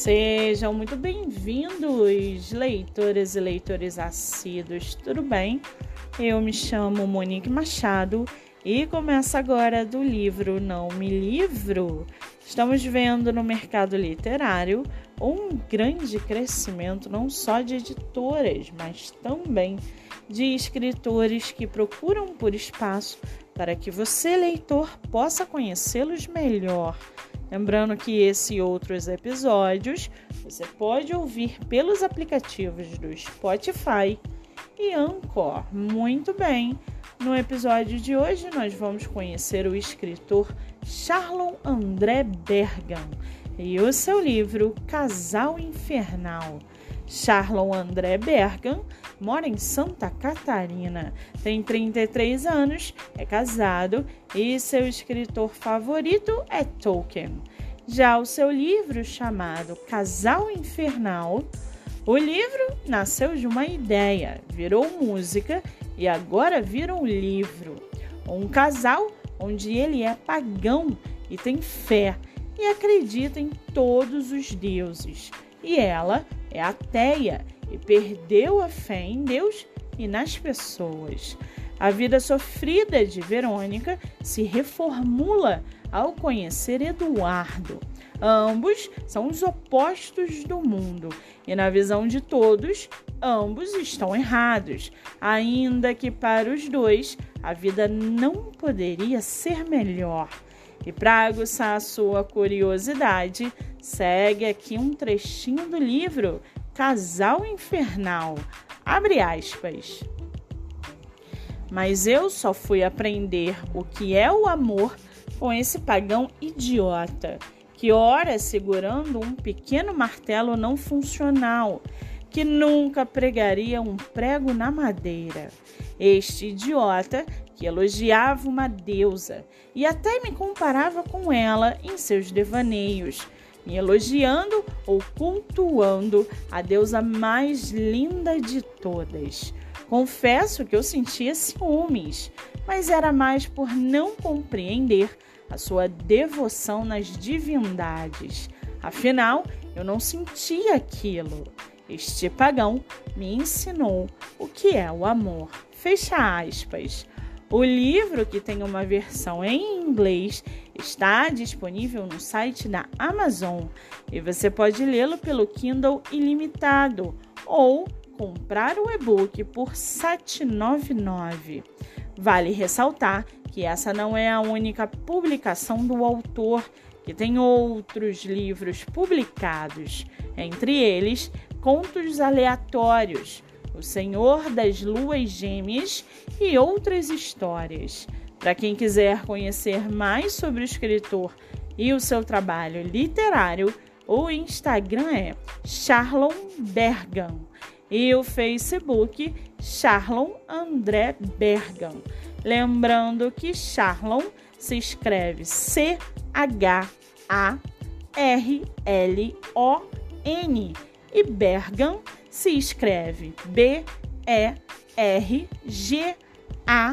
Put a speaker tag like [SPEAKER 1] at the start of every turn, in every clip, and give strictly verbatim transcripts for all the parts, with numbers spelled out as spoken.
[SPEAKER 1] Sejam muito bem-vindos, leitoras e leitores assíduos, tudo bem? Eu me chamo Monique Machado e começa agora do livro Não Me Livro. Estamos vendo no mercado literário um grande crescimento não só de editoras, mas também de escritores que procuram por espaço para que você, leitor, possa conhecê-los melhor. Lembrando que esse e outros episódios você pode ouvir pelos aplicativos do Spotify e Anchor. Muito bem, no episódio de hoje nós vamos conhecer o escritor Charlon André Bergan e o seu livro Casal Infernal. Charlon André Bergan mora em Santa Catarina, tem trinta e três anos, é casado e seu escritor favorito é Tolkien. Já o seu livro chamado Casal Infernal, o livro nasceu de uma ideia, virou música e agora vira um livro. Um casal onde ele é pagão e tem fé e acredita em todos os deuses. E ela é ateia e perdeu a fé em Deus e nas pessoas. A vida sofrida de Verônica se reformula ao conhecer Eduardo. Ambos são os opostos do mundo e, na visão de todos, ambos estão errados, ainda que para os dois a vida não poderia ser melhor. E para aguçar a sua curiosidade, segue aqui um trechinho do livro Casal Infernal. Abre aspas. Mas eu só fui aprender o que é o amor com esse pagão idiota, que ora segurando um pequeno martelo não funcional, que nunca pregaria um prego na madeira. Este idiota que elogiava uma deusa e até me comparava com ela em seus devaneios, me elogiando ou cultuando a deusa mais linda de todas. Confesso que eu sentia ciúmes, mas era mais por não compreender a sua devoção nas divindades. Afinal, eu não sentia aquilo. Este pagão me ensinou o que é o amor. Fecha aspas. O livro, que tem uma versão em inglês, está disponível no site da Amazon e você pode lê-lo pelo Kindle ilimitado ou comprar o e-book por sete reais e noventa e nove centavos. Vale ressaltar que essa não é a única publicação do autor, que tem outros livros publicados, entre eles Contos Aleatórios, O Senhor das Luas Gêmeas e outras histórias. Para quem quiser conhecer mais sobre o escritor e o seu trabalho literário, o Instagram é Charlon Bergan e o Facebook Charlon André Bergan. Lembrando que Charlon se escreve C H A R L O N e Bergan se escreve B E R G A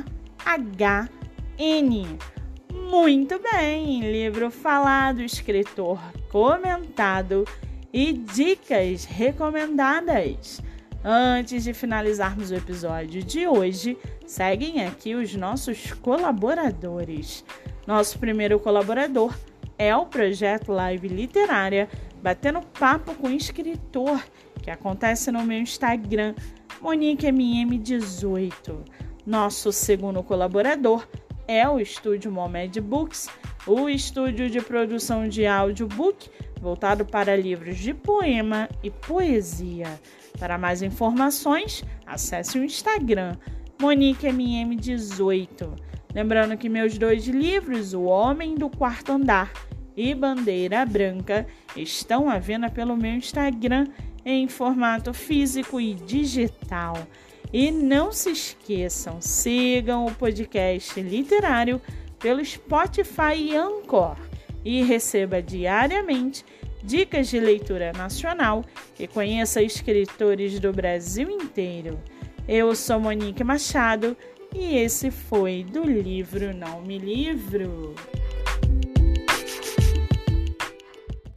[SPEAKER 1] H N. Muito bem, livro falado, escritor comentado e dicas recomendadas. Antes de finalizarmos o episódio de hoje, seguem aqui os nossos colaboradores. Nosso primeiro colaborador é o projeto Live Literária Batendo Papo com Escritor, que acontece no meu Instagram, Monique M M dezoito. Nosso segundo colaborador é o estúdio Momed Books, o estúdio de produção de audiobook voltado para livros de poema e poesia. Para mais informações, acesse o Instagram, Monique M M dezoito. Lembrando que meus dois livros, O Homem do Quarto Andar e Bandeira Branca, estão à venda pelo meu Instagram em formato físico e digital. E não se esqueçam, sigam o podcast literário pelo Spotify e Anchor e receba diariamente dicas de leitura nacional e conheça escritores do Brasil inteiro. Eu sou Monique Machado e esse foi do livro Não Me Livro.